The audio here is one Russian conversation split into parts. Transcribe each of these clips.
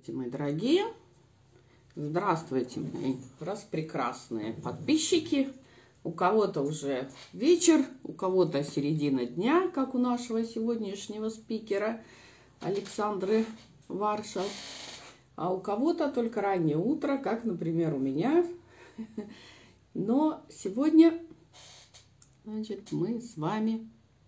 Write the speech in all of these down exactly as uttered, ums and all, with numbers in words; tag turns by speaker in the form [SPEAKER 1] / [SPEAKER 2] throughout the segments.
[SPEAKER 1] Мои дорогие, здравствуйте, мои распрекрасные подписчики. У кого-то уже вечер, у кого-то середина дня, как у нашего сегодняшнего спикера Александры Варшал, а у кого-то только раннее утро, как, например, у меня. Но сегодня, значит, мы с вами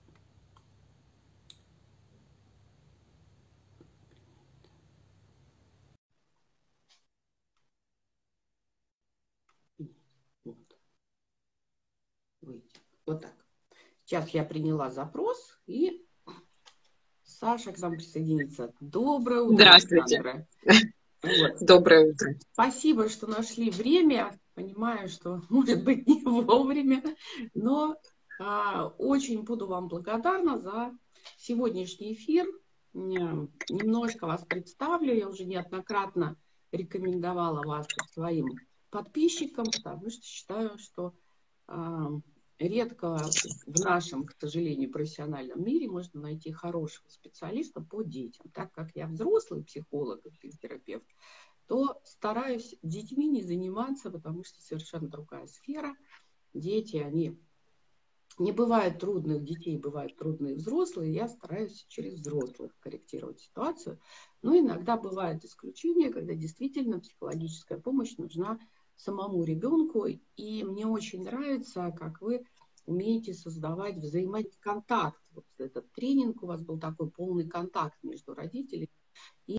[SPEAKER 1] вот так. Сейчас я приняла запрос, и Саша к нам присоединится. Доброе утро,
[SPEAKER 2] Здравствуйте.
[SPEAKER 1] Александра. Вот.
[SPEAKER 2] Доброе утро.
[SPEAKER 1] Спасибо, что нашли время. Понимаю, что может быть не вовремя, но а, очень буду вам благодарна за сегодняшний эфир. Немножко вас представлю. Я уже неоднократно рекомендовала вас своим подписчикам, потому что считаю, что а, редко в нашем, к сожалению, профессиональном мире можно найти хорошего специалиста по детям. Так как я взрослый психолог и психотерапевт, то стараюсь детьми не заниматься, потому что совершенно другая сфера. Дети, они... Не бывает трудных детей, бывают трудные взрослые. Я стараюсь через взрослых корректировать ситуацию. Но иногда бывают исключения, когда действительно психологическая помощь нужна самому ребенку. И мне очень нравится, как вы умеете создавать взаимоконтакт. Вот этот тренинг у вас был такой полный контакт между родителями и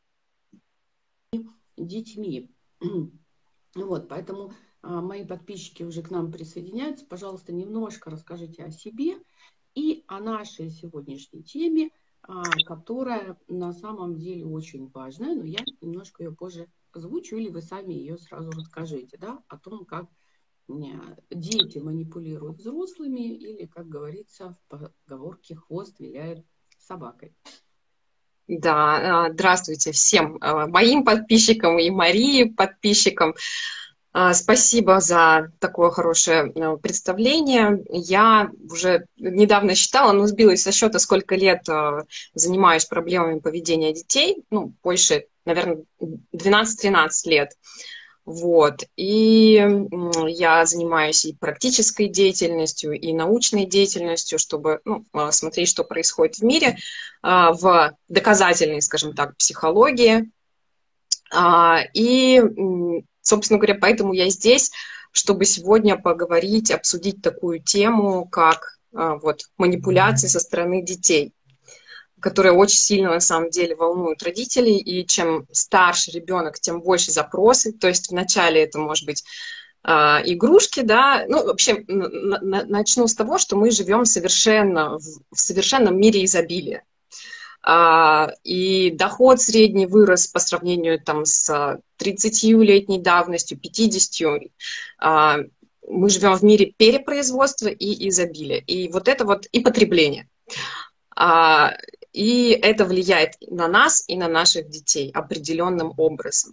[SPEAKER 1] детьми. Вот, поэтому а, мои подписчики уже к нам присоединяются. Пожалуйста, немножко расскажите о себе и о нашей сегодняшней теме, а, которая на самом деле очень важная, но я немножко ее позже озвучу, или вы сами ее сразу расскажите, да, о том, как дети манипулируют взрослыми, или, как говорится в поговорке, хвост виляет собакой.
[SPEAKER 2] Да, здравствуйте всем моим подписчикам и Марии подписчикам. Спасибо за такое хорошее представление. Я уже недавно считала, но сбилась со счета, сколько лет занимаюсь проблемами поведения детей. Ну, больше, наверное, двенадцать-тринадцать лет. Вот. И я занимаюсь и практической деятельностью, и научной деятельностью, чтобы ну, смотреть, что происходит в мире, в доказательной, скажем так, психологии. И, собственно говоря, поэтому я здесь, чтобы сегодня поговорить, обсудить такую тему, как вот, манипуляции со стороны детей, которые очень сильно, на самом деле, волнуют родителей, и чем старше ребенок, тем больше запросы, то есть вначале это может быть э, игрушки, да, ну, вообще, начну с того, что мы живем совершенно, в, в совершенном мире изобилия, э, и доход средний вырос по сравнению там с тридцатилетней давностью, пятидесятью, э, мы живем в мире перепроизводства и изобилия, и вот это вот, и потребление. И это влияет на нас и на наших детей определенным образом.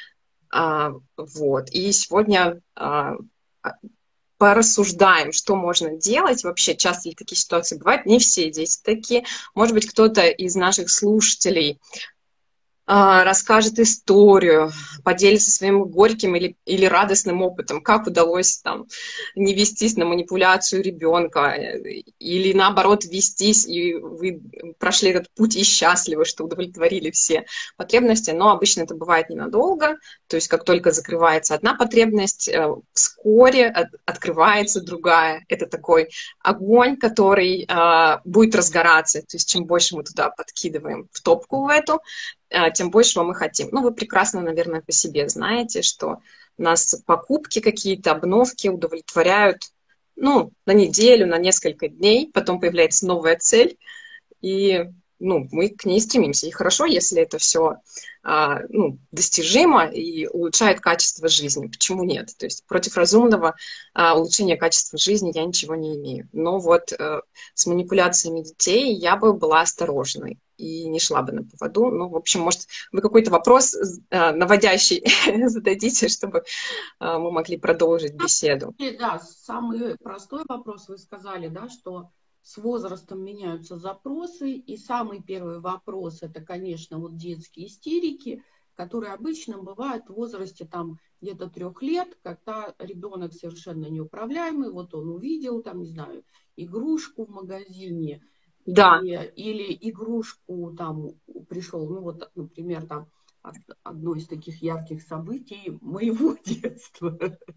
[SPEAKER 2] Вот. И сегодня порассуждаем, что можно делать. Вообще, часто ли такие ситуации бывают? Не все дети такие. Может быть, кто-то из наших слушателей расскажет историю, поделится своим горьким или, или радостным опытом, как удалось там не вестись на манипуляцию ребенка, или наоборот вестись, и вы прошли этот путь и счастливы, что удовлетворили все потребности, но обычно это бывает ненадолго, то есть как только закрывается одна потребность, вскоре от, открывается другая. Это такой огонь, который э, будет разгораться, то есть чем больше мы туда подкидываем в топку в эту, тем большего мы хотим. Ну, вы прекрасно, наверное, по себе знаете, что нас покупки какие-то, обновки удовлетворяют, ну, на неделю, на несколько дней, потом появляется новая цель, и, ну, мы к ней стремимся. И хорошо, если это все, а, ну, достижимо и улучшает качество жизни. Почему нет? То есть против разумного а, улучшения качества жизни я ничего не имею. Но вот а, с манипуляциями детей я бы была осторожной и не шла бы на поводу. Ну, в общем, может, вы какой-то вопрос э, наводящий зададите, чтобы э, мы могли продолжить беседу.
[SPEAKER 1] Да, самый простой вопрос вы сказали, да, что с возрастом меняются запросы, и самый первый вопрос — это, конечно, вот детские истерики, которые обычно бывают в возрасте там где-то трех лет, когда ребенок совершенно неуправляемый, вот он увидел там, не знаю, игрушку в магазине,
[SPEAKER 2] Да.
[SPEAKER 1] и, или игрушку там пришел, ну вот, например, там одно из таких ярких событий моего детства.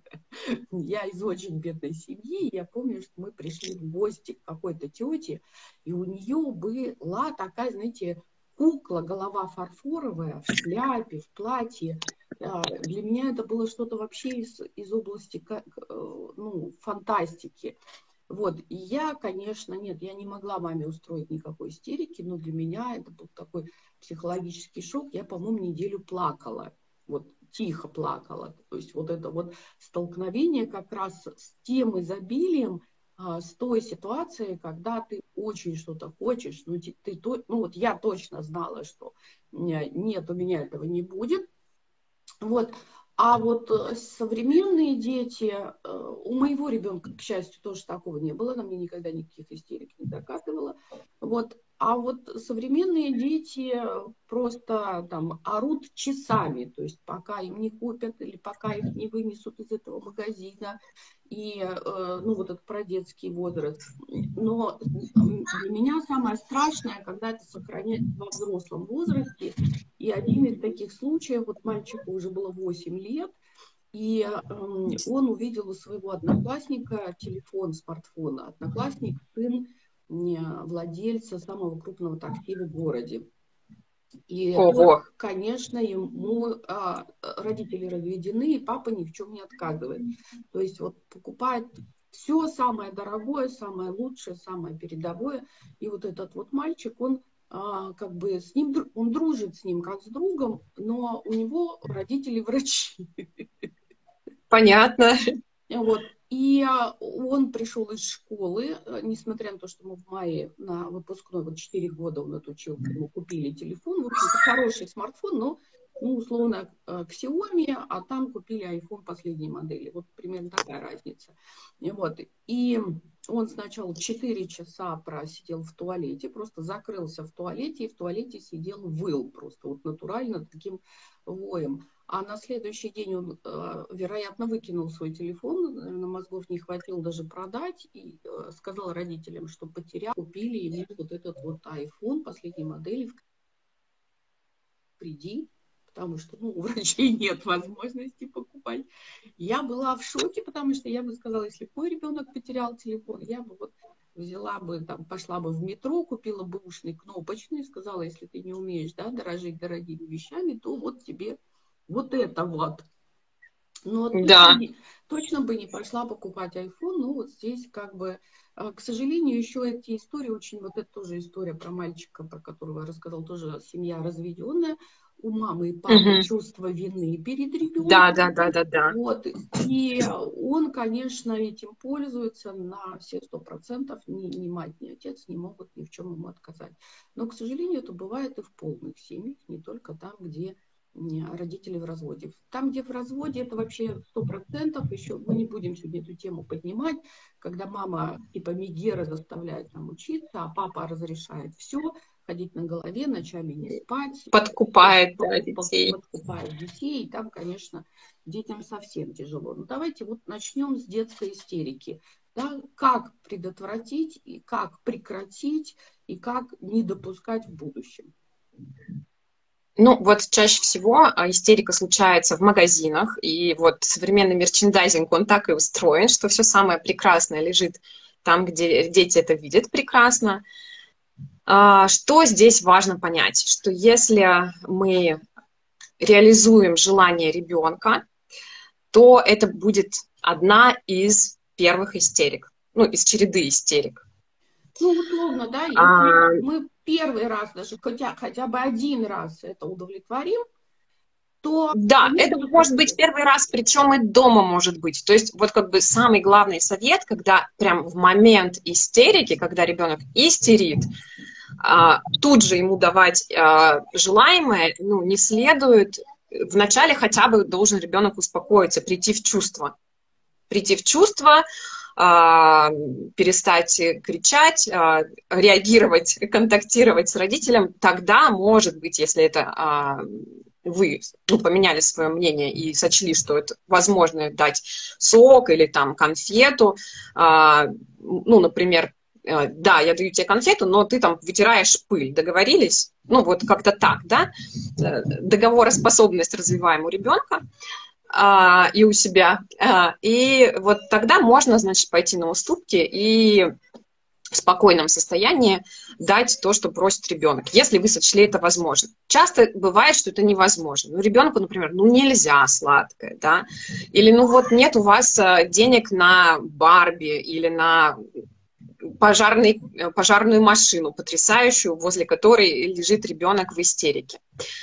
[SPEAKER 1] Я из очень бедной семьи, я помню, что мы пришли в гости к какой-то тете, и у нее была такая, знаете, кукла, голова фарфоровая, в шляпе, в платье. Для меня это было что-то вообще из, из области ну, фантастики. Вот, и я, конечно, нет, я не могла маме устроить никакой истерики, но для меня это был такой психологический шок. Я, по-моему, неделю плакала, вот, тихо плакала. То есть вот это вот столкновение как раз с тем изобилием, а, с той ситуацией, когда ты очень что-то хочешь, ну, ты, ты, ну, вот я точно знала, что нет, у меня этого не будет. Вот. А вот современные дети, у моего ребенка, к счастью, тоже такого не было, она мне никогда никаких истерик не закатывала. Вот. А вот современные дети просто там орут часами, то есть пока им не купят или пока их не вынесут из этого магазина. И, ну, вот это про детский возраст. Но для меня самое страшное, когда это сохраняется во взрослом возрасте. И один из таких случаев, вот мальчику уже было восемь лет, и он увидел у своего одноклассника телефон, смартфон. Одноклассник, сын владельца самого крупного такси в городе. И,
[SPEAKER 2] Ого.
[SPEAKER 1] конечно, ему а, родители разведены, и папа ни в чем не отказывает. То есть вот покупает все самое дорогое, самое лучшее, самое передовое. И вот этот вот мальчик, он а, как бы с ним, он дружит с ним как с другом, но у него родители врачи.
[SPEAKER 2] Понятно.
[SPEAKER 1] Вот. И он пришел из школы, несмотря на то, что мы в мае на выпускной, вот четыре года он отучился, ему купили телефон, в общем-то, хороший смартфон, но, ну, условно, к Xiaomi, а там купили iPhone последней модели. Вот примерно такая разница. И, вот. И он сначала четыре часа просидел в туалете, просто закрылся в туалете, и в туалете сидел, выл просто, вот натурально таким воем. А на следующий день он, вероятно, выкинул свой телефон, наверное, мозгов не хватило даже продать, и сказал родителям, что потерял, купили ему вот этот вот iPhone последней модели в кредит, потому что, ну, у врачей нет возможности покупать. Я была в шоке, потому что я бы сказала, если бы мой ребенок потерял телефон, я бы вот взяла бы, там, пошла бы в метро, купила бы ушный кнопочный, сказала, если ты не умеешь, да, дорожить дорогими вещами, то вот тебе вот это вот. Но
[SPEAKER 2] Да.
[SPEAKER 1] точно, не, точно бы не пошла покупать iPhone. Ну, вот здесь как бы, к сожалению, еще эти истории очень, вот это тоже история про мальчика, про которого я рассказала, тоже семья разведенная. У мамы и папы
[SPEAKER 2] Угу.
[SPEAKER 1] чувство вины перед ребенком.
[SPEAKER 2] Да, да, да, да, да.
[SPEAKER 1] Вот. И он, конечно, этим пользуется на все сто процентов. Ни, ни мать, ни отец не могут ни в чем ему отказать. Но, к сожалению, это бывает и в полных семьях, не только там, где родители в разводе. Там, где в разводе, это вообще сто процентов. Еще мы не будем сегодня эту тему поднимать, когда мама типа Мегера заставляет нам учиться, а папа разрешает все, ходить на голове, ночами не спать.
[SPEAKER 2] Подкупает, да, детей.
[SPEAKER 1] Подкупает детей. И там, конечно, детям совсем тяжело. Ну, давайте вот начнем с детской истерики. Да? Как предотвратить, и как прекратить, и как не допускать в будущем.
[SPEAKER 2] Ну, вот чаще всего истерика случается в магазинах, и вот современный мерчендайзинг, он так и устроен, что все самое прекрасное лежит там, где дети это видят прекрасно. Что здесь важно понять? Что если мы реализуем желание ребенка, то это будет одна из первых истерик, ну, из череды истерик.
[SPEAKER 1] Ну, условно, да, если а... мы первый раз даже, хотя, хотя бы один раз это удовлетворим, то...
[SPEAKER 2] Да, это может быть первый раз, причем и дома может быть. То есть вот как бы самый главный совет, когда прям в момент истерики, когда ребенок истерит, тут же ему давать желаемое, ну, не следует. Вначале хотя бы должен ребенок успокоиться, прийти в чувство. Прийти в чувство, перестать кричать, реагировать, контактировать с родителем. Тогда, может быть, если это вы ну, поменяли свое мнение и сочли, что это возможно дать сок или там конфету, а, ну, например, да, я даю тебе конфету, но ты там вытираешь пыль, договорились? Ну, вот как-то так, да? Договороспособность развиваем у ребенка а, и у себя. А, и вот тогда можно, значит, пойти на уступки и в спокойном состоянии дать то, что просит ребенок, если вы сочли это возможно. Часто бывает, что это невозможно. Ну, ребенку, например, ну, нельзя сладкое, да, или ну вот нет у вас денег на Барби или на пожарный, пожарную машину потрясающую, возле которой лежит ребенок в истерике.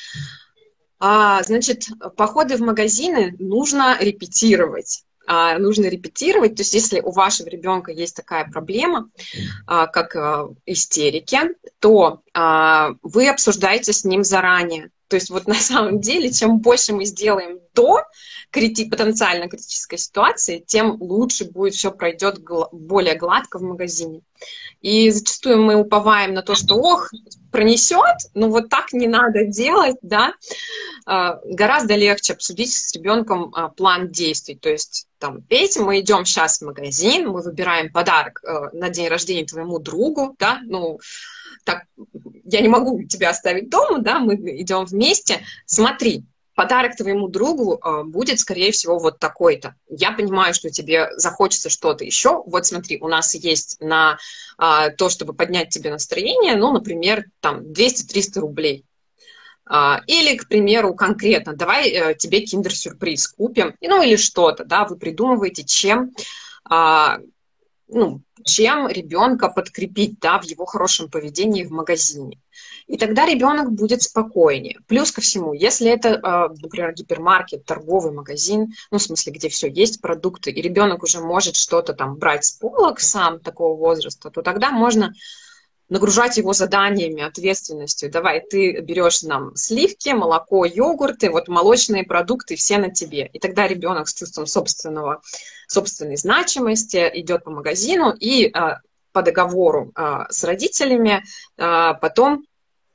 [SPEAKER 2] А, значит, походы в магазины нужно репетировать. А, нужно репетировать, то есть если у вашего ребенка есть такая проблема, а, как а, истерики, то а, вы обсуждаете с ним заранее. То есть вот на самом деле, чем больше мы сделаем до крити- потенциально критической ситуации, тем лучше будет все пройдет гл- более гладко в магазине. И зачастую мы уповаем на то, что ох, пронесет, но вот так не надо делать, да. Гораздо легче обсудить с ребенком план действий. То есть, там, Петя, мы идем сейчас в магазин, мы выбираем подарок на день рождения твоему другу, да, ну, так, я не могу тебя оставить дома, да, мы идем вместе. Смотри, подарок твоему другу э, будет, скорее всего, вот такой-то. Я понимаю, что тебе захочется что-то еще. Вот смотри, у нас есть на э, то, чтобы поднять тебе настроение, ну, например, там двести-триста рублей. Э, или, к примеру, конкретно, давай э, тебе киндер-сюрприз купим, ну, или что-то, да, вы придумываете, чем... Э, ну, чем ребенка подкрепить, да, в его хорошем поведении в магазине. И тогда ребенок будет спокойнее. Плюс ко всему, если это, например, гипермаркет, торговый магазин, ну, в смысле, где все есть, продукты, и ребенок уже может что-то там брать с полок сам такого возраста, то тогда можно нагружать его заданиями, ответственностью. Давай, ты берешь нам сливки, молоко, йогурты, вот молочные продукты, все на тебе. И тогда ребенок с чувством собственного, собственной значимости идет по магазину и а, по договору а, с родителями а, потом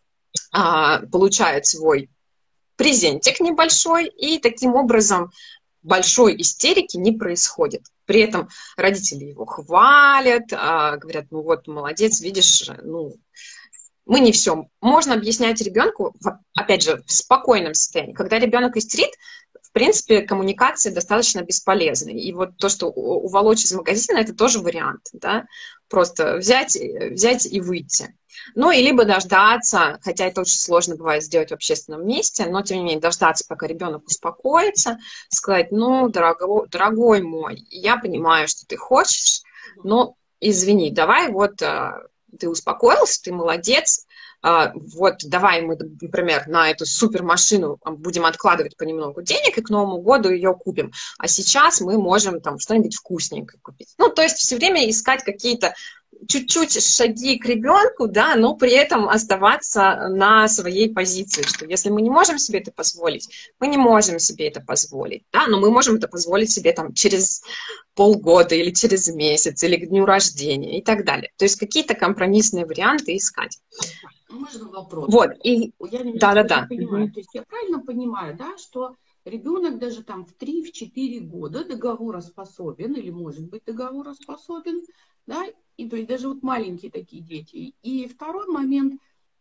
[SPEAKER 2] а, получает свой презентик небольшой, и таким образом большой истерики не происходит. При этом родители его хвалят, говорят, ну вот, молодец, видишь, ну, мы не все. Можно объяснять ребенку, опять же, в спокойном состоянии. Когда ребенок истерит, в принципе, коммуникация достаточно бесполезна. И вот то, что уволочь из магазина, это тоже вариант, да, просто взять, взять и выйти. Ну, и либо дождаться, хотя это очень сложно бывает сделать в общественном месте, но, тем не менее, дождаться, пока ребенок успокоится, сказать, ну, дорогой, дорогой мой, я понимаю, что ты хочешь, но извини, давай вот ты успокоился, ты молодец, вот давай мы, например, на эту супермашину будем откладывать понемногу денег и к Новому году ее купим, а сейчас мы можем там что-нибудь вкусненькое купить. Ну, то есть все время искать какие-то чуть-чуть шаги к ребенку, да, но при этом оставаться на своей позиции, что если мы не можем себе это позволить, мы не можем себе это позволить, да, но мы можем это позволить себе там через полгода или через месяц, или к дню рождения и так далее. То есть какие-то компромиссные варианты искать.
[SPEAKER 1] Можно вопрос?
[SPEAKER 2] Вот, и...
[SPEAKER 1] Я немножко
[SPEAKER 2] Да-да-да.
[SPEAKER 1] не понимаю. Угу. То есть я правильно понимаю, да, что ребенок даже там в три-четыре года договороспособен, или может быть договороспособен, да, и то есть даже вот маленькие такие дети. И второй момент,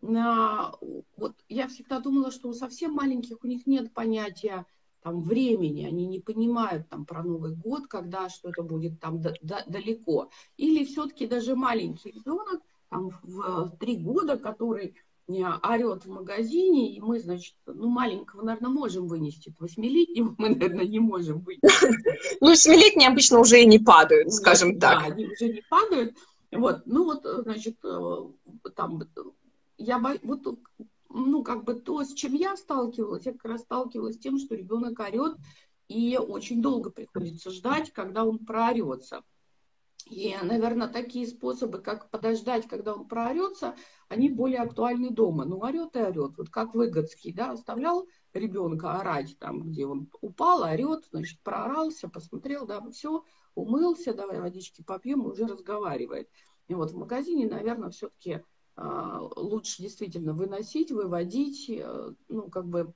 [SPEAKER 1] вот я всегда думала, что у совсем маленьких у них нет понятия там времени, они не понимают там про Новый год, когда что-то будет там далеко. Или все-таки даже маленький ребенок там в три года, который орет в магазине, и мы, значит, ну, маленького, наверное, можем вынести. Восьмилетнего мы, наверное, не можем вынести.
[SPEAKER 2] Ну, семилетние обычно уже и не падают, скажем так.
[SPEAKER 1] Да, они уже не падают. Вот, ну вот, значит, там, я вот, ну, как бы то, с чем я сталкивалась, я как раз сталкивалась с тем, что ребенок орет, и очень долго приходится ждать, когда он проорется. И, наверное, такие способы, как подождать, когда он проорется, они более актуальны дома. Ну, орет и орет. Вот как Выгодский, да, оставлял ребенка орать там, где он упал, орет, значит, проорался, посмотрел, да, все, умылся, давай водички попьем, уже разговаривает. И вот в магазине, наверное, все-таки лучше действительно выносить, выводить, ну, как бы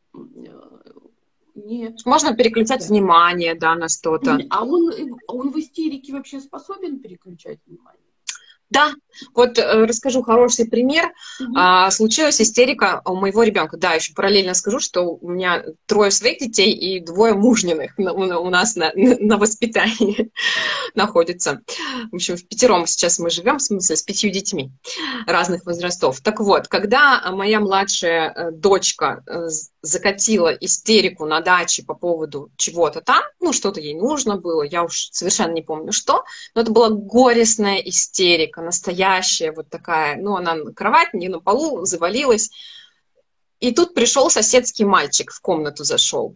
[SPEAKER 1] не...
[SPEAKER 2] Можно переключать
[SPEAKER 1] Да.
[SPEAKER 2] внимание, да, на что-то.
[SPEAKER 1] А он, он в истерике вообще способен переключать внимание?
[SPEAKER 2] Да, вот э, расскажу хороший пример.
[SPEAKER 1] Угу.
[SPEAKER 2] А, случилась истерика у моего ребенка. Да, еще параллельно скажу, что у меня трое своих детей и двое мужниных на, у нас на, на воспитании находятся. В общем, в пятером сейчас мы живем, в смысле, с пятью детьми разных возрастов. Так вот, когда моя младшая дочка закатила истерику на даче по поводу чего-то там, ну, что-то ей нужно было, я уж совершенно не помню что, но это была горестная истерика, настоящая вот такая, ну, она на кровати, не на полу, завалилась. И тут пришел соседский мальчик, в комнату зашел.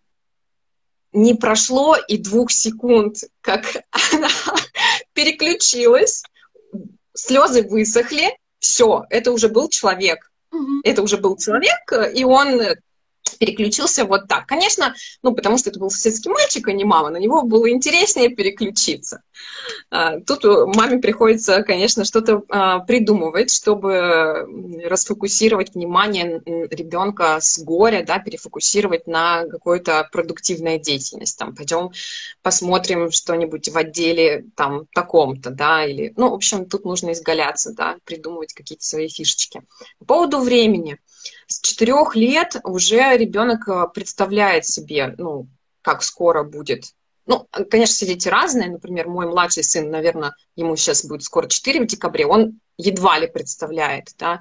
[SPEAKER 2] Не прошло и двух секунд, как она переключилась, слезы высохли, все, это уже был человек. Mm-hmm. Это уже был человек, и он переключился вот так. Конечно, ну, потому что это был соседский мальчик, а не мама, на него было интереснее переключиться. Тут маме приходится, конечно, что-то придумывать, чтобы расфокусировать внимание ребенка с горя, да, перефокусировать на какую-то продуктивную деятельность. Там, пойдем посмотрим что-нибудь в отделе там таком-то, да, или, ну, в общем, тут нужно изгаляться, да, придумывать какие-то свои фишечки. По поводу времени. С четырех лет уже ребенок представляет себе, ну, как скоро будет. Ну, конечно, все дети разные. Например, мой младший сын, наверное, ему сейчас будет скоро четыре в декабре, он едва ли представляет, да.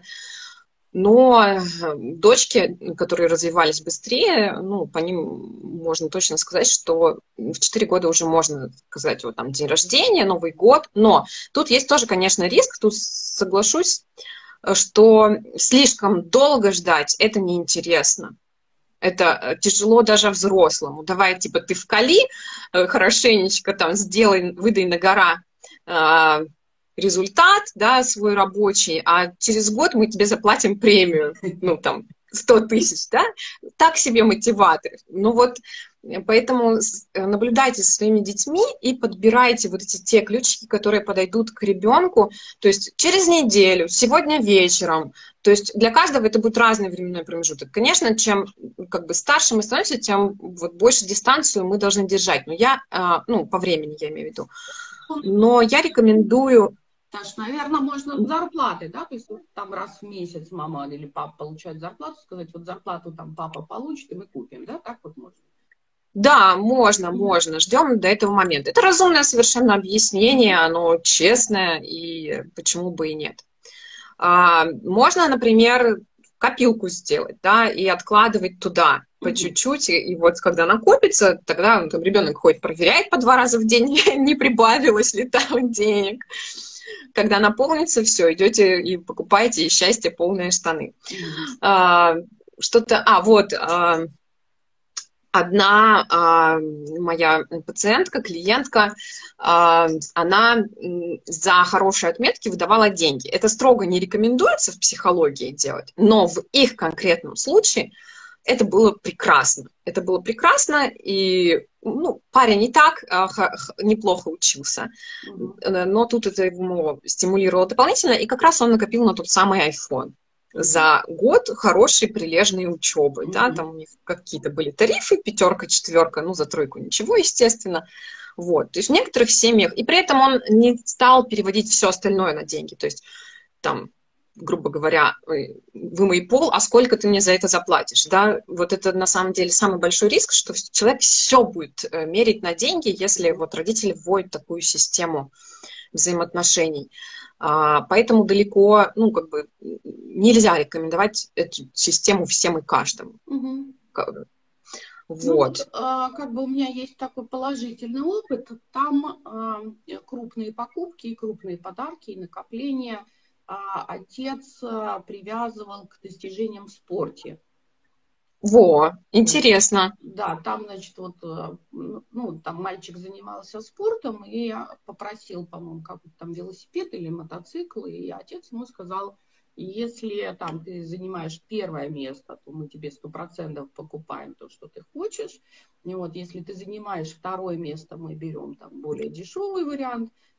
[SPEAKER 2] Но дочки, которые развивались быстрее, ну, по ним можно точно сказать, что в четыре года уже можно сказать, вот там день рождения, Новый год. Но тут есть тоже, конечно, риск, тут соглашусь, что слишком долго ждать – это неинтересно. Это тяжело даже взрослому. Давай, типа, ты вкали хорошенечко, там, сделай, выдай на гора э, результат, да, свой рабочий, а через год мы тебе заплатим премию, ну, там, сто тысяч, да? Так себе мотиватор. Ну, вот, поэтому наблюдайте за своими детьми и подбирайте вот эти те ключики, которые подойдут к ребенку, то есть через неделю, сегодня вечером. То есть для каждого это будет разный временной промежуток. Конечно, чем как бы старше мы становимся, тем вот больше дистанцию мы должны держать. Но я, ну, по времени я имею в виду. Но я рекомендую...
[SPEAKER 1] Саш, наверное, можно зарплаты, да? То есть вот там раз в месяц мама или папа получают зарплату, сказать, вот зарплату там папа получит, и мы купим, да? Так вот можно?
[SPEAKER 2] Да, можно, можно. Ждем до этого момента. Это разумное совершенно объяснение, оно честное, и почему бы и нет. А, можно, например, копилку сделать, да, и откладывать туда по чуть-чуть, и, и вот когда накопится, тогда ну, там, ребенок ходит, проверяет по два раза в день, не прибавилось ли там денег. Когда наполнится, все, идете и покупаете, и счастье, полные штаны. А, что-то, а, вот... А, Одна а, моя пациентка, клиентка, а, она за хорошие отметки выдавала деньги. Это строго не рекомендуется в психологии делать, но в их конкретном случае это было прекрасно. Это было прекрасно, и ну, парень не так а, х, неплохо учился, mm-hmm. но тут это ему стимулировало дополнительно, и как раз он накопил на тот самый iPhone. За год хорошей прилежной учебы, mm-hmm. да, там у них какие-то были тарифы, пятерка, четверка, ну, за тройку ничего, естественно, вот, то есть в некоторых семьях, и при этом он не стал переводить все остальное на деньги, то есть там, грубо говоря, вымой пол, а сколько ты мне за это заплатишь, да, вот это на самом деле самый большой риск, что человек все будет мерить на деньги, если вот родители вводят такую систему взаимоотношений. Поэтому далеко, ну, как бы, нельзя рекомендовать эту систему всем и каждому.
[SPEAKER 1] Угу.
[SPEAKER 2] Вот.
[SPEAKER 1] Ну, как бы у меня есть такой положительный опыт. Там крупные покупки, крупные подарки и накопления отец привязывал к достижениям в спорте.
[SPEAKER 2] Во, интересно.
[SPEAKER 1] Да, там, значит, вот, ну, там мальчик занимался спортом и попросил, по-моему, какой-то там велосипед или мотоцикл, и отец ему сказал, если там ты занимаешь первое место, то мы тебе сто процентов покупаем то, что ты хочешь. И вот если ты занимаешь второе место, мы берем там более дешевый вариант.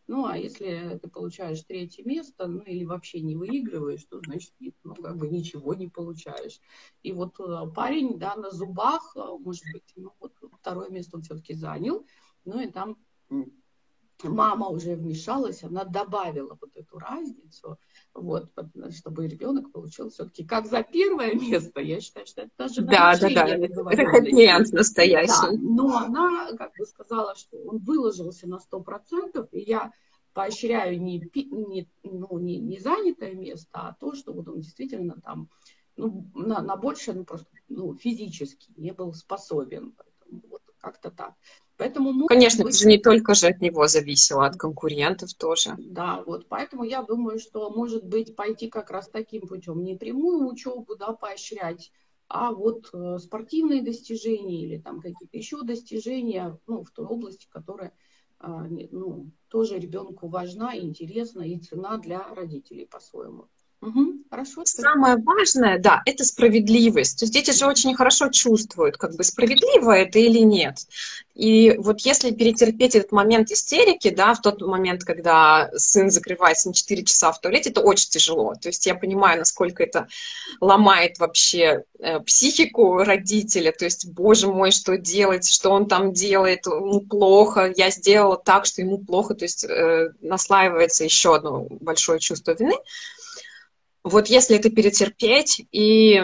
[SPEAKER 1] Ну, а если ты получаешь третье место, ну, или вообще не выигрываешь, то, значит, ну, как бы ничего не получаешь. И вот э, парень, да, на зубах, э, может быть, ну, вот второе место он все-таки занял, ну, и там м, мама уже вмешалась, она добавила вот эту разницу, вот, под- чтобы ребенок получил все-таки как за первое место. Я считаю, что это даже
[SPEAKER 2] Да, да, да.
[SPEAKER 1] нарушение
[SPEAKER 2] Это хэппи-энд
[SPEAKER 1] договоренностей. Да,
[SPEAKER 2] настоящий.
[SPEAKER 1] но она как бы сказала, что он выложился на сто процентов, и я поощряю не, пи- не, ну, не, не занятое место, а то, что вот он действительно там ну, на, на больше, ну, просто ну, физически не был способен. Поэтому вот как-то так. Поэтому, может
[SPEAKER 2] Конечно, это
[SPEAKER 1] быть,
[SPEAKER 2] же не только же от него зависело, от конкурентов тоже.
[SPEAKER 1] да, вот поэтому я думаю, что может быть пойти как раз таким путем, не прямую учебу, да, поощрять, а вот э, спортивные достижения или там какие-то еще достижения, ну, в той области, которая, а, не- ну, тоже ребенку важна, интересна и цена для родителей по-своему. Мгм. Хорошо, теперь.
[SPEAKER 2] Самое важное, да, это справедливость. То есть дети же очень хорошо чувствуют, как бы справедливо это или нет. И вот если перетерпеть этот момент истерики, да, в тот момент, когда сын закрывается на четыре часа в туалете, это очень тяжело. То есть я понимаю, насколько это ломает вообще э, психику родителя. То есть, боже мой, что делать, что он там делает, ему плохо, я сделала так, что ему плохо. То есть э, наслаивается еще одно большое чувство вины. Вот если это перетерпеть и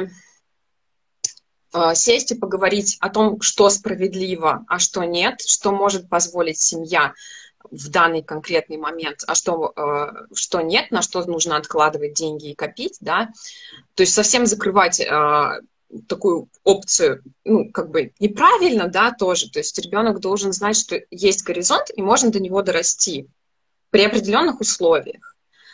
[SPEAKER 2] э, сесть и поговорить о том, что справедливо, а что нет, что может позволить семья в данный конкретный момент, а что, э, что нет, на что нужно откладывать деньги и копить, да, то есть совсем закрывать э, такую опцию, ну, как бы неправильно, да, тоже, то есть ребенок должен знать, что есть горизонт, и можно до него дорасти при определенных условиях.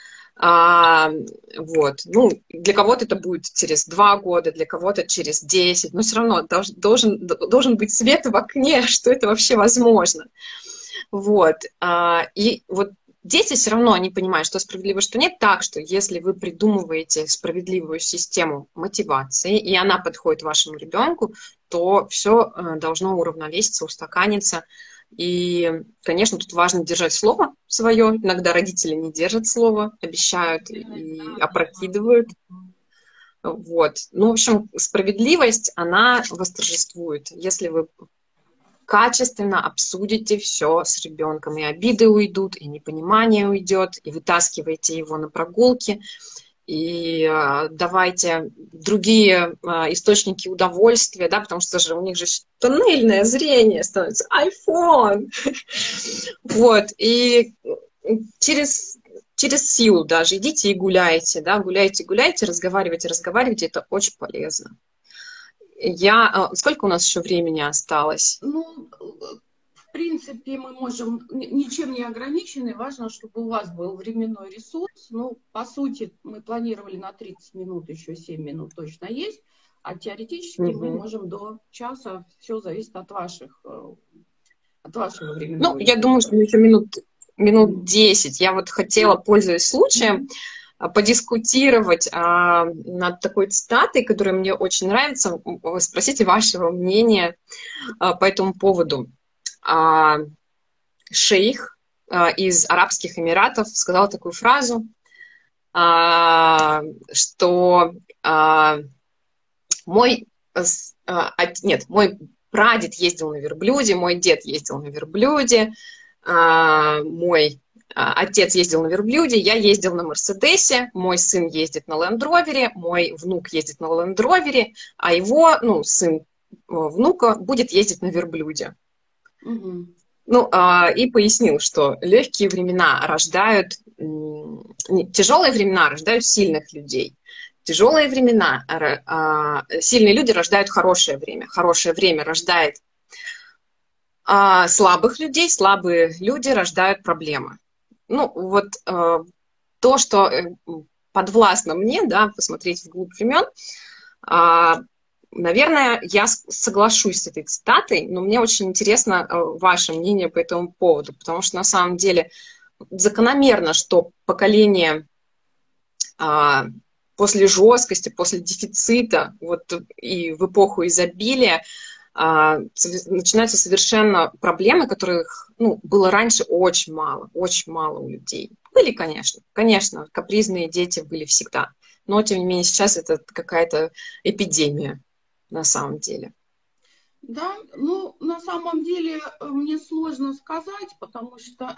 [SPEAKER 2] А, вот. Ну, для кого-то это будет через два года, для кого-то через десять, но все равно должен, должен, должен быть свет в окне, что это вообще возможно. Вот. А, и вот дети все равно, они понимают, что справедливо, что нет. Так что если вы придумываете справедливую систему мотивации, и она подходит вашему ребенку, то все должно уравновеситься, устаканиться. И, конечно, тут важно держать слово свое. Иногда родители не держат слово, обещают и опрокидывают. Вот. Ну, в общем, справедливость, она восторжествует. Если вы качественно обсудите все с ребенком, и обиды уйдут, и непонимание уйдет, и вытаскивайте его на прогулки, и э, давайте другие э, источники удовольствия, да, потому что же у них же тоннельное зрение становится, iPhone. Вот, и через, через силу даже идите и гуляйте, да, гуляйте, гуляйте, разговаривайте, разговаривайте, это очень полезно. Я... Сколько у нас еще времени осталось?
[SPEAKER 1] Ну, в принципе, мы можем, ничем не ограничены, важно, чтобы у вас был временной ресурс. Ну, по сути, мы планировали на тридцать минут, еще семь минут точно есть, а теоретически мы
[SPEAKER 2] Угу.
[SPEAKER 1] можем до часа, все зависит от ваших, от вашего
[SPEAKER 2] Ну,
[SPEAKER 1] временного
[SPEAKER 2] я думаю,
[SPEAKER 1] ресурса.
[SPEAKER 2] что еще минут, минут
[SPEAKER 1] Мгм.
[SPEAKER 2] десять. Я вот хотела, пользуясь случаем,
[SPEAKER 1] Мгм.
[SPEAKER 2] а, подискутировать а, над такой цитатой, которая мне очень нравится. Вы спросите вашего мнения а, по этому поводу. А, шейх а, из Арабских Эмиратов сказал такую фразу, а, что а, мой, а, а, нет, мой прадед ездил на верблюде, мой дед ездил на верблюде, а, мой а, отец ездил на верблюде, я ездил на Мерседесе, мой сын ездит на Лендровере, мой внук ездит на Лендровере, а его, ну, сын внука будет ездить на верблюде.
[SPEAKER 1] Мгм.
[SPEAKER 2] Ну, а, и пояснил, что легкие времена рождают, тяжелые времена рождают сильных людей. Тяжелые времена, а, сильные люди рождают хорошее время. Хорошее время рождает а, слабых людей, слабые люди рождают проблемы. Ну, вот а, то, что подвластно мне, да, посмотреть вглубь времен, а, наверное, я соглашусь с этой цитатой, но мне очень интересно ваше мнение по этому поводу, потому что на самом деле закономерно, что поколение а, после жесткости, после дефицита, вот и в эпоху изобилия, а, начинаются совершенно проблемы, которых, ну, было раньше очень мало, очень мало у людей. Были, конечно, конечно, капризные дети были всегда, но, тем не менее, сейчас это какая-то эпидемия на самом деле.
[SPEAKER 1] Да, ну, на самом деле, мне сложно сказать, потому что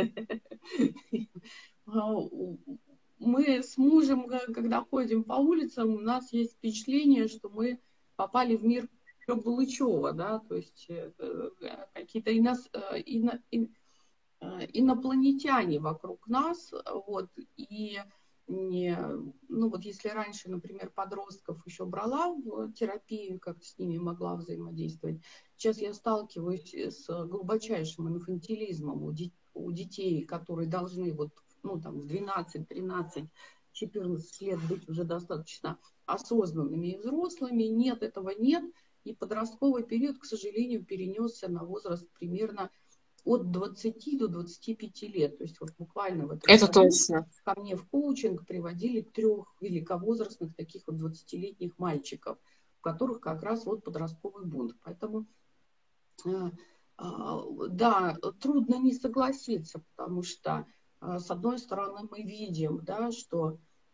[SPEAKER 1] мы с мужем, когда ходим по улицам, у нас есть впечатление, что мы попали в мир Булычева, да, то есть какие-то инос, ино, инопланетяне вокруг нас, вот, и не, ну вот если раньше, например, подростков еще брала в терапию, как с ними могла взаимодействовать, сейчас я сталкиваюсь с глубочайшим инфантилизмом у, ди, у детей, которые должны вот, ну там в двенадцать, тринадцать, четырнадцать лет быть уже достаточно осознанными и взрослыми. Нет, этого нет. И подростковый период, к сожалению, перенесся на возраст примерно от двадцати до двадцати пяти лет. То есть вот буквально в этом
[SPEAKER 2] Это
[SPEAKER 1] году
[SPEAKER 2] точно.
[SPEAKER 1] ко мне в коучинг приводили трех великовозрастных таких вот двадцатилетних мальчиков, у которых как раз вот подростковый бунт. Поэтому да, трудно не согласиться, потому что с одной стороны мы видим, да, что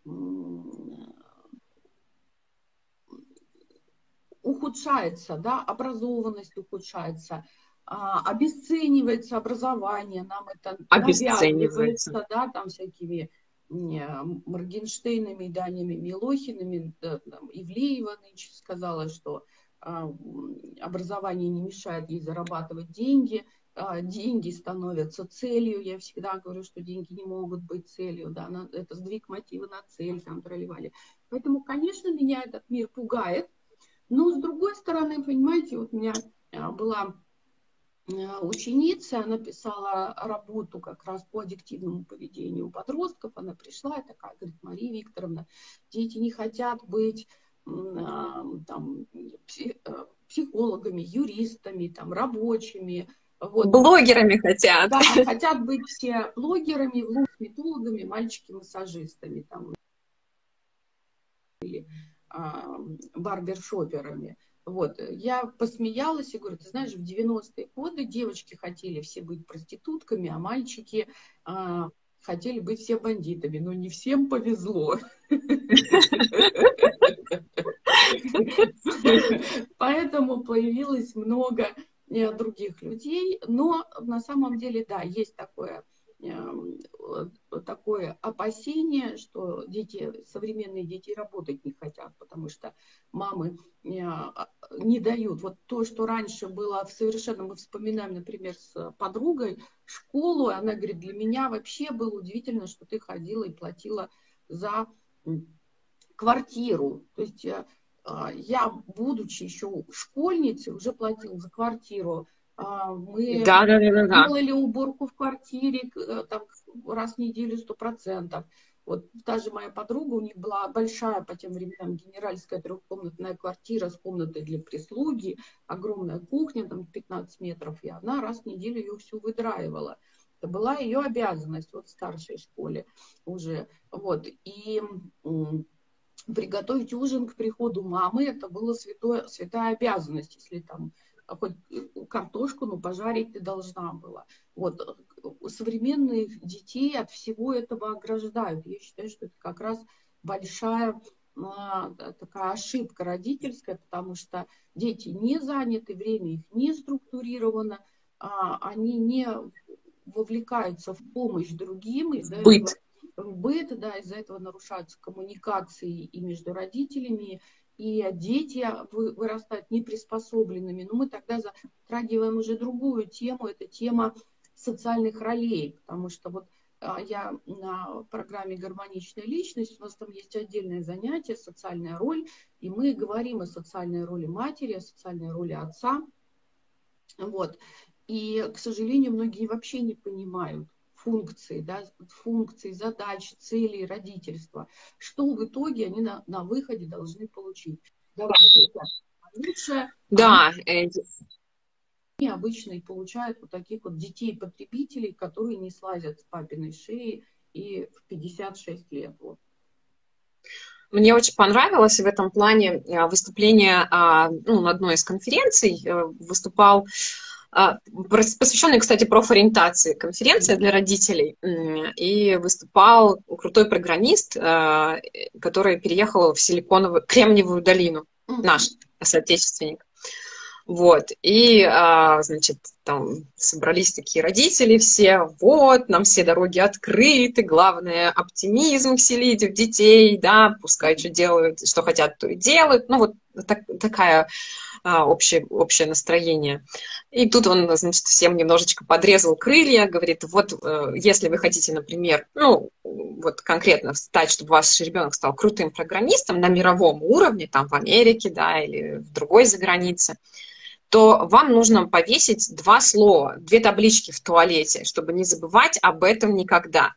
[SPEAKER 1] ухудшается, да, образованность ухудшается, обесценивается образование, нам это навязывается, да, там всякими Моргенштейнами, Данями Милохинами, да, там, Ивлеева нынче сказала, что а, образование не мешает ей зарабатывать деньги, а, деньги становятся целью. Я всегда говорю, что деньги не могут быть целью, да, на, это сдвиг мотива на цель, там, проливали. Поэтому, конечно, меня этот мир пугает, но с другой стороны, понимаете, вот у меня была ученица, она писала работу как раз по аддиктивному поведению у подростков. Она пришла и такая, говорит: Мария Викторовна, дети не хотят быть там, психологами, юристами, там, рабочими. Вот.
[SPEAKER 2] Блогерами хотят.
[SPEAKER 1] Да, хотят быть все блогерами, лук-метологами, мальчики-массажистами там, или а, барбершоперами. Вот. Я посмеялась и говорю: ты знаешь, в девяностые годы девочки хотели все быть проститутками, а мальчики а, хотели быть все бандитами. Но не всем повезло. Поэтому появилось много других людей. Но на самом деле, да, есть такое такое опасение, что дети, современные дети работать не хотят, потому что мамы не дают. Вот то, что раньше было совершенно, мы вспоминаем, например, с подругой школу, она говорит: для меня вообще было удивительно, что ты ходила и платила за квартиру. То есть я, будучи еще школьницей, уже платила за квартиру. Мы
[SPEAKER 2] да, да, да, да.
[SPEAKER 1] делали уборку в квартире там, раз в неделю сто процентов. Вот та же моя подруга, у них была большая по тем временам генеральская трехкомнатная квартира с комнатой для прислуги, огромная кухня, там пятнадцать метров, и она раз в неделю ее всю выдраивала. Это была ее обязанность вот в старшей школе уже. Вот. И приготовить ужин к приходу мамы, это была святое, святая обязанность, если там хоть картошку, ну, пожарить ты должна была. Вот. Современных детей от всего этого ограждают. Я считаю, что это как раз большая а, такая ошибка родительская, потому что дети не заняты, время их не структурировано, а, они не вовлекаются в помощь другим. Из-за этого, в быт, да, из-за этого нарушаются коммуникации и между родителями, и дети вырастают неприспособленными. Но мы тогда затрагиваем уже другую тему, это тема социальных ролей, потому что вот я на программе «Гармоничная личность», у нас там есть отдельное занятие «Социальная роль», и мы говорим о социальной роли матери, о социальной роли отца. Вот. И, к сожалению, многие вообще не понимают функции, да, функции, задач, целей родительства. Что в итоге они на, на выходе должны получить. Давай, лучше,
[SPEAKER 2] да.
[SPEAKER 1] Они обычно и получают вот таких вот детей-потребителей, которые не слазят с папиной шеи и в пятьдесят шесть лет. Вот.
[SPEAKER 2] Мне очень понравилось в этом плане э, выступление а, ну, на одной из конференций. э, Выступал а, прос- посвященный, кстати, профориентации, конференция для родителей. М, И выступал крутой программист, а, который переехал в Силиконовую, Кремниевую долину,
[SPEAKER 1] Мгм.
[SPEAKER 2] наш соотечественник. Вот, и, а, значит, там собрались такие родители все, вот, нам все дороги открыты, главное, оптимизм вселить в детей, да, пускай что делают, что хотят, то и делают, ну, вот так, такая а, общее, общее настроение. И тут он, значит, всем немножечко подрезал крылья, говорит, вот, э, если вы хотите, например, ну, вот конкретно стать, чтобы ваш ребенок стал крутым программистом на мировом уровне, там, в Америке, да, или в другой загранице, то вам нужно повесить два слова, две таблички в туалете, чтобы не забывать об этом никогда.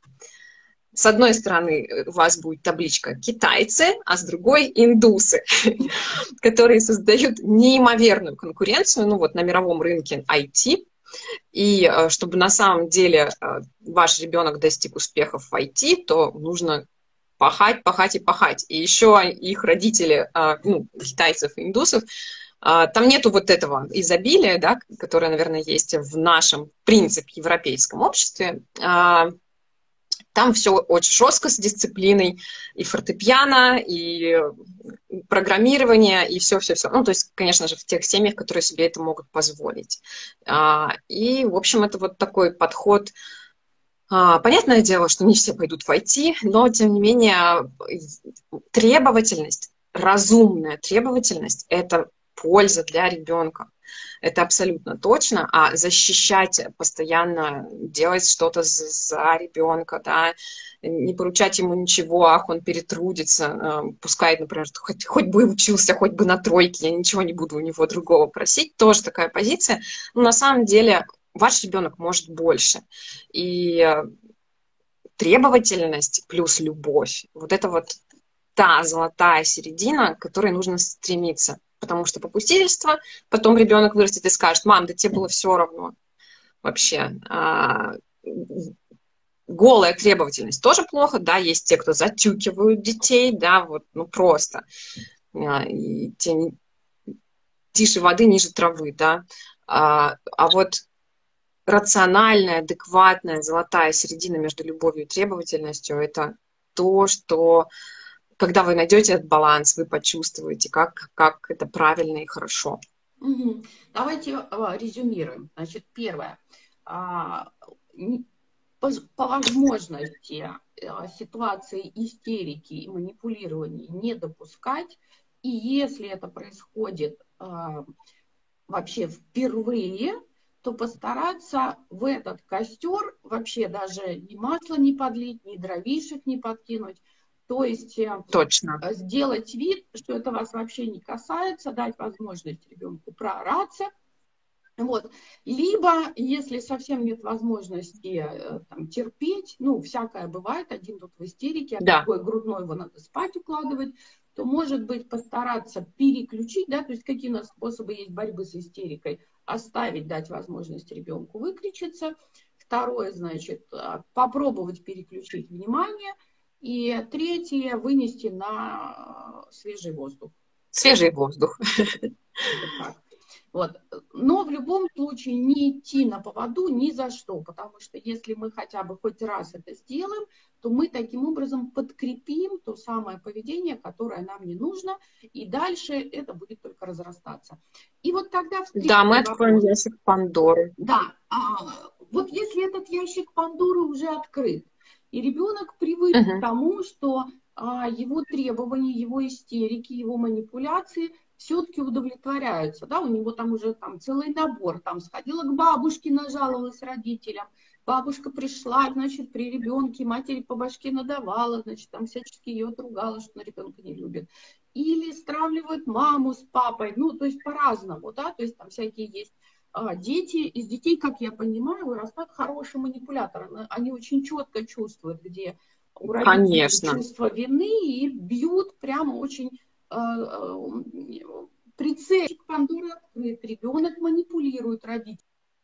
[SPEAKER 2] С одной стороны у вас будет табличка «китайцы», а с другой «индусы», которые создают неимоверную конкуренцию, ну вот на мировом рынке ай ти, и э, чтобы на самом деле э, ваш ребенок достиг успехов в ай ти, то нужно пахать, пахать и пахать. И еще их родители, э, ну, китайцев и индусов, а, там нету вот этого изобилия, да, которое, наверное, есть в нашем, в принципе, европейском обществе. А, Там все очень жестко с дисциплиной, и фортепиано, и программирование, и все-все-все. Ну, то есть, конечно же, в тех семьях, которые себе это могут позволить. А, И, в общем, это вот такой подход. А, Понятное дело, что не все пойдут в ай ти, но, тем не менее, требовательность, разумная требовательность – это польза для ребенка. Это абсолютно точно. А защищать постоянно, делать что-то за, за ребенка, да, не поручать ему ничего, ах, он перетрудится, э, пускай, например, хоть, хоть бы учился, хоть бы на тройке, я ничего не буду у него другого просить, тоже такая позиция. Но на самом деле ваш ребенок может больше. И э, требовательность плюс любовь, вот это вот та золотая середина, к которой нужно стремиться. Потому что попустительство, потом ребенок вырастет и скажет: мам, да тебе было все равно вообще. А, голая требовательность тоже плохо, да, есть те, кто затюкивают детей, да, вот, ну просто. А, и те, тише воды, ниже травы, да. А, а вот рациональная, адекватная, золотая середина между любовью и требовательностью – это то, что когда вы найдете этот баланс, вы почувствуете, как, как это правильно и хорошо.
[SPEAKER 1] Мгм. Давайте а, резюмируем. Значит, первое. А, не- по, по возможности а, ситуации истерики и манипулирования не допускать. И если это происходит а, вообще впервые, то постараться в этот костер вообще даже ни масла не подлить, ни дровишек не подкинуть. То есть э,
[SPEAKER 2] Точно.
[SPEAKER 1] сделать вид, что это вас вообще не касается, дать возможность ребенку проораться. Вот. Либо, если совсем нет возможности э, там, терпеть, ну, всякое бывает, один тут в истерике, а
[SPEAKER 2] Да,
[SPEAKER 1] другой грудной его надо спать укладывать, то, может быть, постараться переключить, да, то есть какие у нас способы есть борьбы с истерикой, оставить, дать возможность ребенку выключиться. Второе, значит, э, попробовать переключить внимание. И третье, вынести на э, свежий воздух.
[SPEAKER 2] свежий воздух.
[SPEAKER 1] Это так. Вот. Но в любом случае не идти на поводу ни за что, потому что если мы хотя бы хоть раз это сделаем, то мы таким образом подкрепим то самое поведение, которое нам не нужно, и дальше это будет только разрастаться. И вот тогда
[SPEAKER 2] Да, мы
[SPEAKER 1] встречный
[SPEAKER 2] откроем
[SPEAKER 1] вопрос.
[SPEAKER 2] ящик Пандоры.
[SPEAKER 1] Да, а вот если этот ящик Пандоры уже открыт, и ребенок привык к
[SPEAKER 2] Мгм.
[SPEAKER 1] тому, что а, его требования, его истерики, его манипуляции все-таки удовлетворяются, да, у него там уже там целый набор, там сходила к бабушке, нажаловалась родителям, бабушка пришла, значит, при ребенке, матери по башке надавала, значит, там всячески ее отругала, что она ребенка не любит. Или стравливают маму с папой, ну, то есть по-разному, да, то есть там всякие есть а, дети, из детей, как я понимаю, вырастают хорошие манипуляторы. Они очень четко чувствуют, где у родителей
[SPEAKER 2] Конечно.
[SPEAKER 1] чувство вины, и бьют прямо очень э, э, прицельно. Пандора открыт, ребенок манипулирует родителями.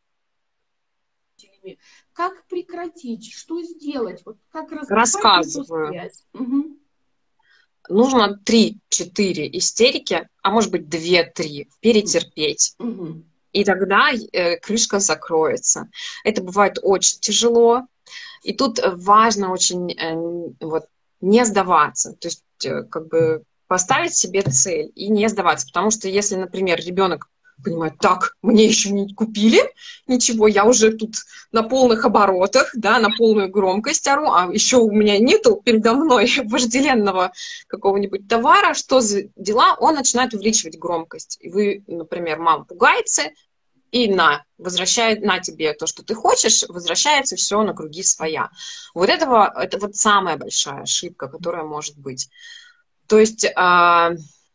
[SPEAKER 1] Как прекратить, что сделать, вот как разорвать эту
[SPEAKER 2] Рассказываю.
[SPEAKER 1] связь? Угу.
[SPEAKER 2] нужно три-четыре истерики, а может быть две-три перетерпеть.
[SPEAKER 1] Мгм.
[SPEAKER 2] И тогда э, крышка закроется. Это бывает очень тяжело. И тут важно очень э, вот, не сдаваться. То есть э, как бы поставить себе цель и не сдаваться. Потому что если, например, ребенок понимает, так, мне еще не купили ничего, я уже тут на полных оборотах, да, на полную громкость ору, а еще у меня нету передо мной вожделенного какого-нибудь товара, что за дела, он начинает увеличивать громкость. И вы, например, мама пугается, и на, возвращает на тебе то, что ты хочешь, возвращается все на круги своя. Вот этого, это вот самая большая ошибка, которая может быть. То есть а,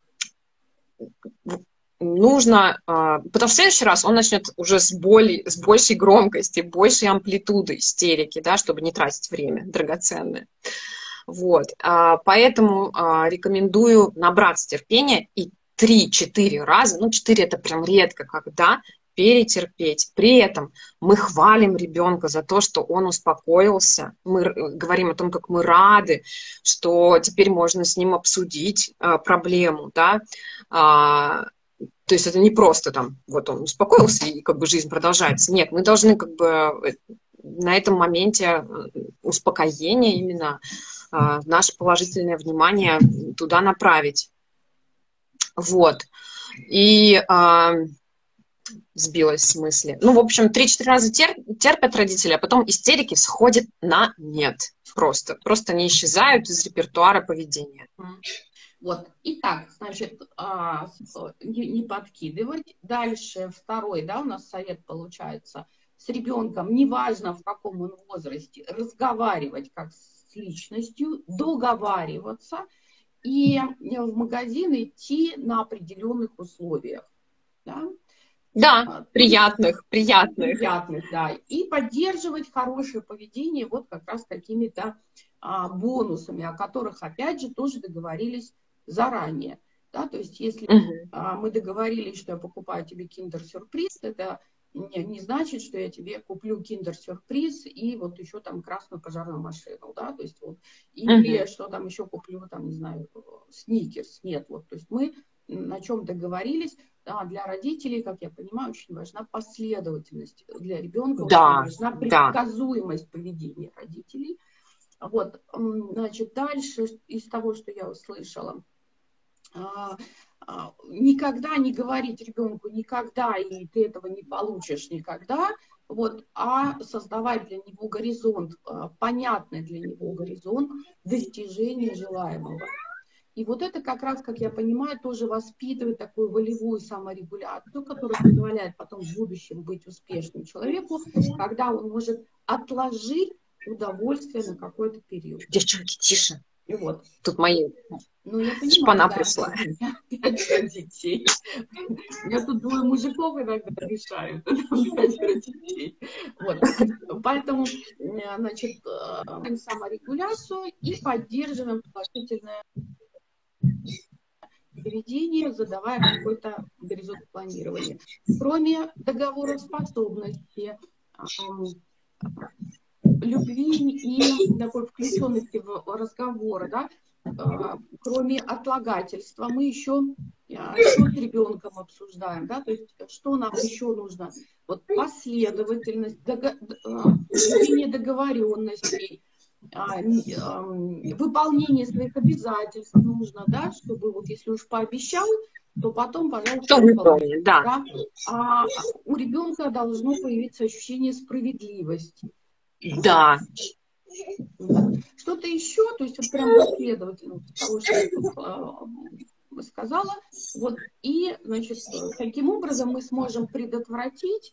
[SPEAKER 2] нужно, а, потому что в следующий раз он начнет уже с, более, с большей громкости, большей амплитуды истерики, да, чтобы не тратить время драгоценное. Вот. А, поэтому а, рекомендую набраться терпения и три-четыре раза, ну четыре это прям редко когда, перетерпеть. При этом мы хвалим ребенка за то, что он успокоился. Мы говорим о том, как мы рады, что теперь можно с ним обсудить а, проблему, да. А, то есть это не просто там, вот он успокоился и как бы жизнь продолжается. Нет, мы должны как бы на этом моменте успокоения именно а, наше положительное внимание туда направить. Вот. И а, сбилась с мысли. Ну, в общем, три-четыре раза тер, терпят родители, а потом истерики сходят на нет. Просто. Просто не исчезают из репертуара поведения.
[SPEAKER 1] Вот. Итак, значит, а, не, не подкидывать. Дальше второй, да, у нас совет получается. С ребенком, неважно в каком он возрасте, разговаривать как с личностью, договариваться и в магазин идти на определенных условиях. Да,
[SPEAKER 2] да
[SPEAKER 1] а,
[SPEAKER 2] приятных, приятных.
[SPEAKER 1] Приятных, да. И поддерживать хорошее поведение вот как раз какими-то а, бонусами, о которых, опять же, тоже договорились заранее. Да? То есть, если uh-huh. а, мы договорились, что я покупаю тебе киндер-сюрприз, это не, не значит, что я тебе куплю киндер-сюрприз и вот еще там красную пожарную машину, да, то есть вот, или uh-huh. что там еще куплю, там, не знаю, сникерс, нет, вот, то есть мы на чем договорились. Да, для родителей, как я понимаю, очень важна последовательность. Для ребенка
[SPEAKER 2] да,
[SPEAKER 1] очень важна предсказуемость да. поведения родителей. Вот, значит, дальше из того, что я услышала, никогда не говорить ребенку никогда, и ты этого не получишь никогда, вот, а создавать для него горизонт, понятный для него горизонт достижения желаемого. И вот это как раз, как я понимаю, тоже воспитывает такую волевую саморегуляцию, которая позволяет потом в будущем быть успешным человеку, когда он может отложить удовольствие на какой-то период.
[SPEAKER 2] Девчонки, тише.
[SPEAKER 1] И вот.
[SPEAKER 2] Тут мои
[SPEAKER 1] ну, я понимаю,
[SPEAKER 2] шпана
[SPEAKER 1] да,
[SPEAKER 2] пришла.
[SPEAKER 1] Пятеро детей. У меня тут двое мужиков иногда решают. Пятеро детей. Вот. Поэтому, значит, саморегуляцию и поддерживаем положительное поведение, задавая какой-то горизонт планирования. Кроме договороспособности, любви и такой включенности в разговор, да, кроме отлагательства, мы еще что с ребенком обсуждаем, да, то есть что нам еще нужно. Вот последовательность, дого, договоренностей, выполнение своих обязательств нужно, да, чтобы вот если уж пообещал, то потом, пожалуйста,
[SPEAKER 2] выполнить, да.
[SPEAKER 1] да. А у ребенка должно появиться ощущение справедливости.
[SPEAKER 2] Да.
[SPEAKER 1] Что-то еще, то есть вот прям последовательно того, что я тут сказала, вот, и, значит, таким образом мы сможем предотвратить,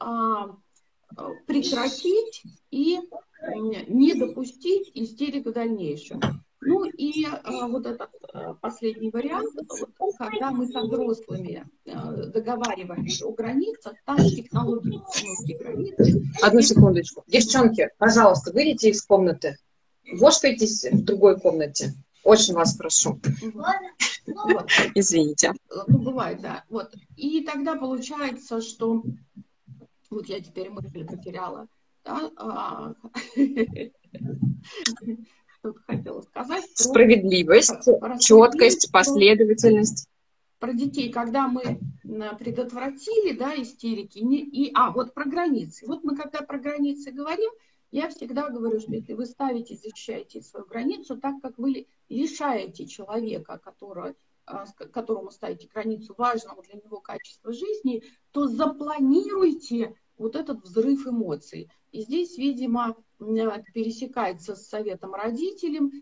[SPEAKER 1] прекратить и не допустить истерик в дальнейшем. Ну и а, вот этот а, последний вариант, вот, когда мы со взрослыми а, договариваемся о границах, там технологии установки границ.
[SPEAKER 2] Одну секундочку. Девчонки, пожалуйста, выйдите из комнаты. Вошкайтесь в другой комнате. Очень вас прошу.
[SPEAKER 1] Вот.
[SPEAKER 2] Извините.
[SPEAKER 1] Ну, бывает, да. Вот. И тогда получается, что... Вот я теперь мысль потеряла. Да? что-то хотела сказать. Про,
[SPEAKER 2] Справедливость,
[SPEAKER 1] про
[SPEAKER 2] четкость, последовательность.
[SPEAKER 1] Про детей, когда мы предотвратили, да, истерики, не, и, а, вот про границы. Вот мы когда про границы говорим, я всегда говорю, что если вы ставите, защищаете свою границу, так как вы лишаете человека, которого, которому ставите границу важного для него качества жизни, то запланируйте вот этот взрыв эмоций. И здесь, видимо, пересекается с советом родителям,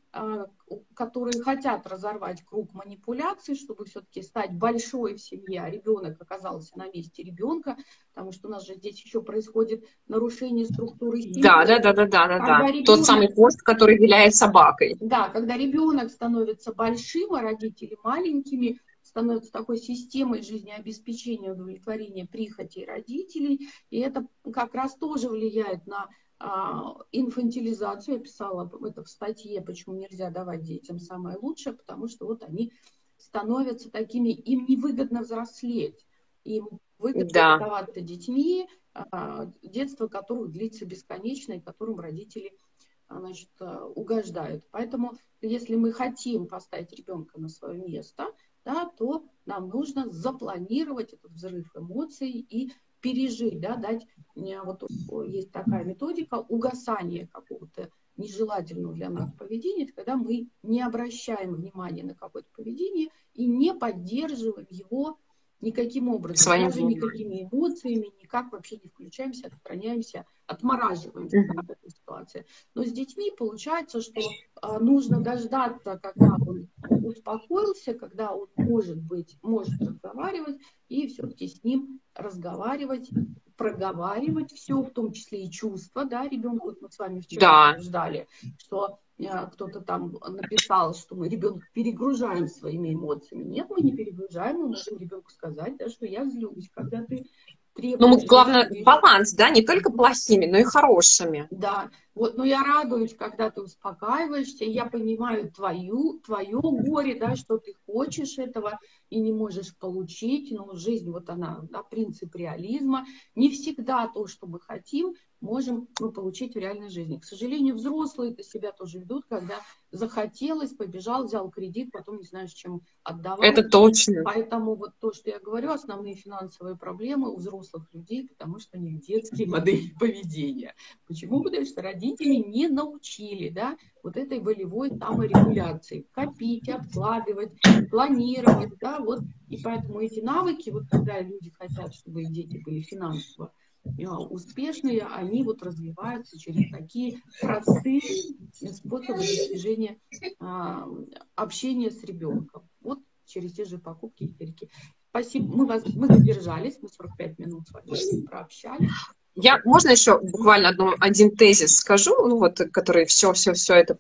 [SPEAKER 1] которые хотят разорвать круг манипуляций, чтобы все-таки стать большой в семье, а ребенок оказался на месте ребенка, потому что у нас же здесь еще происходит нарушение структуры семьи.
[SPEAKER 2] Да, да, да, да, да, да, да.
[SPEAKER 1] Ребенок,
[SPEAKER 2] тот самый пост, который виляет собакой.
[SPEAKER 1] Да, когда ребенок становится большим, а родители маленькими, становится такой системой жизнеобеспечения, удовлетворения прихотей родителей, и это как раз тоже влияет на а, инфантилизацию. Я писала это в статье, почему нельзя давать детям самое лучшее, потому что вот они становятся такими, им невыгодно взрослеть, им выгодно
[SPEAKER 2] Да.
[SPEAKER 1] оставаться детьми, а, детство которых длится бесконечно, и которым родители, значит, угождают. Поэтому, если мы хотим поставить ребенка на свое место, да, то нам нужно запланировать этот взрыв эмоций и пережить, да, дать, вот есть такая методика угасания какого-то нежелательного для нас поведения, это когда мы не обращаем внимания на какое-то поведение и не поддерживаем его никаким образом,
[SPEAKER 2] Своим
[SPEAKER 1] даже никакими эмоциями, никак вообще не включаемся, отстраняемся, отмораживаемся
[SPEAKER 2] Mm-hmm.
[SPEAKER 1] от этой ситуации. Но с детьми получается, что а, нужно дождаться, когда он успокоился, когда он может быть, может разговаривать, и все-таки с ним разговаривать, проговаривать все, в том числе и чувства, да, ребенку. Вот мы с вами вчера обсуждали, да. что кто-то там написал, что мы ребенка перегружаем своими эмоциями. Нет, мы не перегружаем, мы можем ребенку сказать, да, что я злюсь, когда ты требуешь.
[SPEAKER 2] Ну, главное, тебе... баланс, да, не только плохими, но и хорошими.
[SPEAKER 1] Да, вот, но я радуюсь, когда ты успокаиваешься, я понимаю твою, твое горе, да, что ты хочешь этого и не можешь получить, но жизнь, вот она, да, принцип реализма, не всегда то, что мы хотим, можем мы получить в реальной жизни. К сожалению, взрослые себя тоже ведут, когда захотелось, побежал, взял кредит, потом не знаешь, чем отдавать.
[SPEAKER 2] Это точно.
[SPEAKER 1] Поэтому вот то, что я говорю, основные финансовые проблемы у взрослых людей, потому что у них детские модели поведения. Почему? Потому что родители не научили, да, вот этой волевой саморегуляции. Копить, откладывать, планировать, да, вот. И поэтому эти навыки, вот когда люди хотят, чтобы их дети были финансово успешные, они вот развиваются через такие простые способы достижения а, общения с ребенком. Вот через те же покупки и переки. Спасибо. Мы вас мы задержались, мы сорок пять минут с вами прообщались.
[SPEAKER 2] Я, можно еще буквально одну, один тезис скажу, ну вот, который все-все-все это,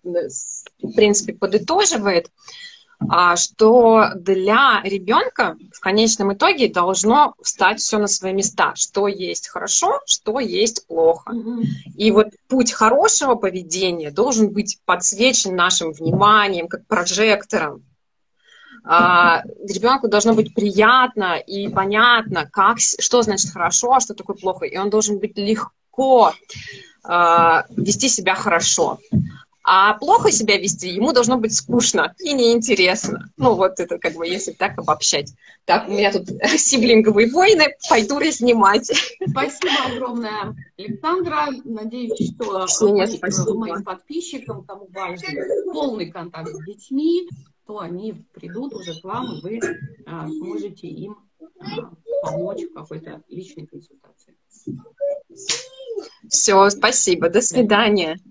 [SPEAKER 2] в принципе, подытоживает, что для ребенка в конечном итоге должно встать все на свои места, что есть хорошо, что есть плохо. Mm-hmm. И вот путь хорошего поведения должен быть подсвечен нашим вниманием, как прожектором. А, ребенку должно быть приятно и понятно, как, что значит хорошо, а что такое плохо. И он должен быть легко а, вести себя хорошо. А плохо себя вести ему должно быть скучно и неинтересно. Ну вот это как бы, если так обобщать. Так, у меня тут сиблинговые войны, пойду снимать.
[SPEAKER 1] Спасибо огромное, Александра. Надеюсь, что моим подписчикам, кому важен полный контакт с детьми, то они придут уже к вам, и вы а, сможете им а, помочь в какой-то личной консультации.
[SPEAKER 2] Все, спасибо, до свидания.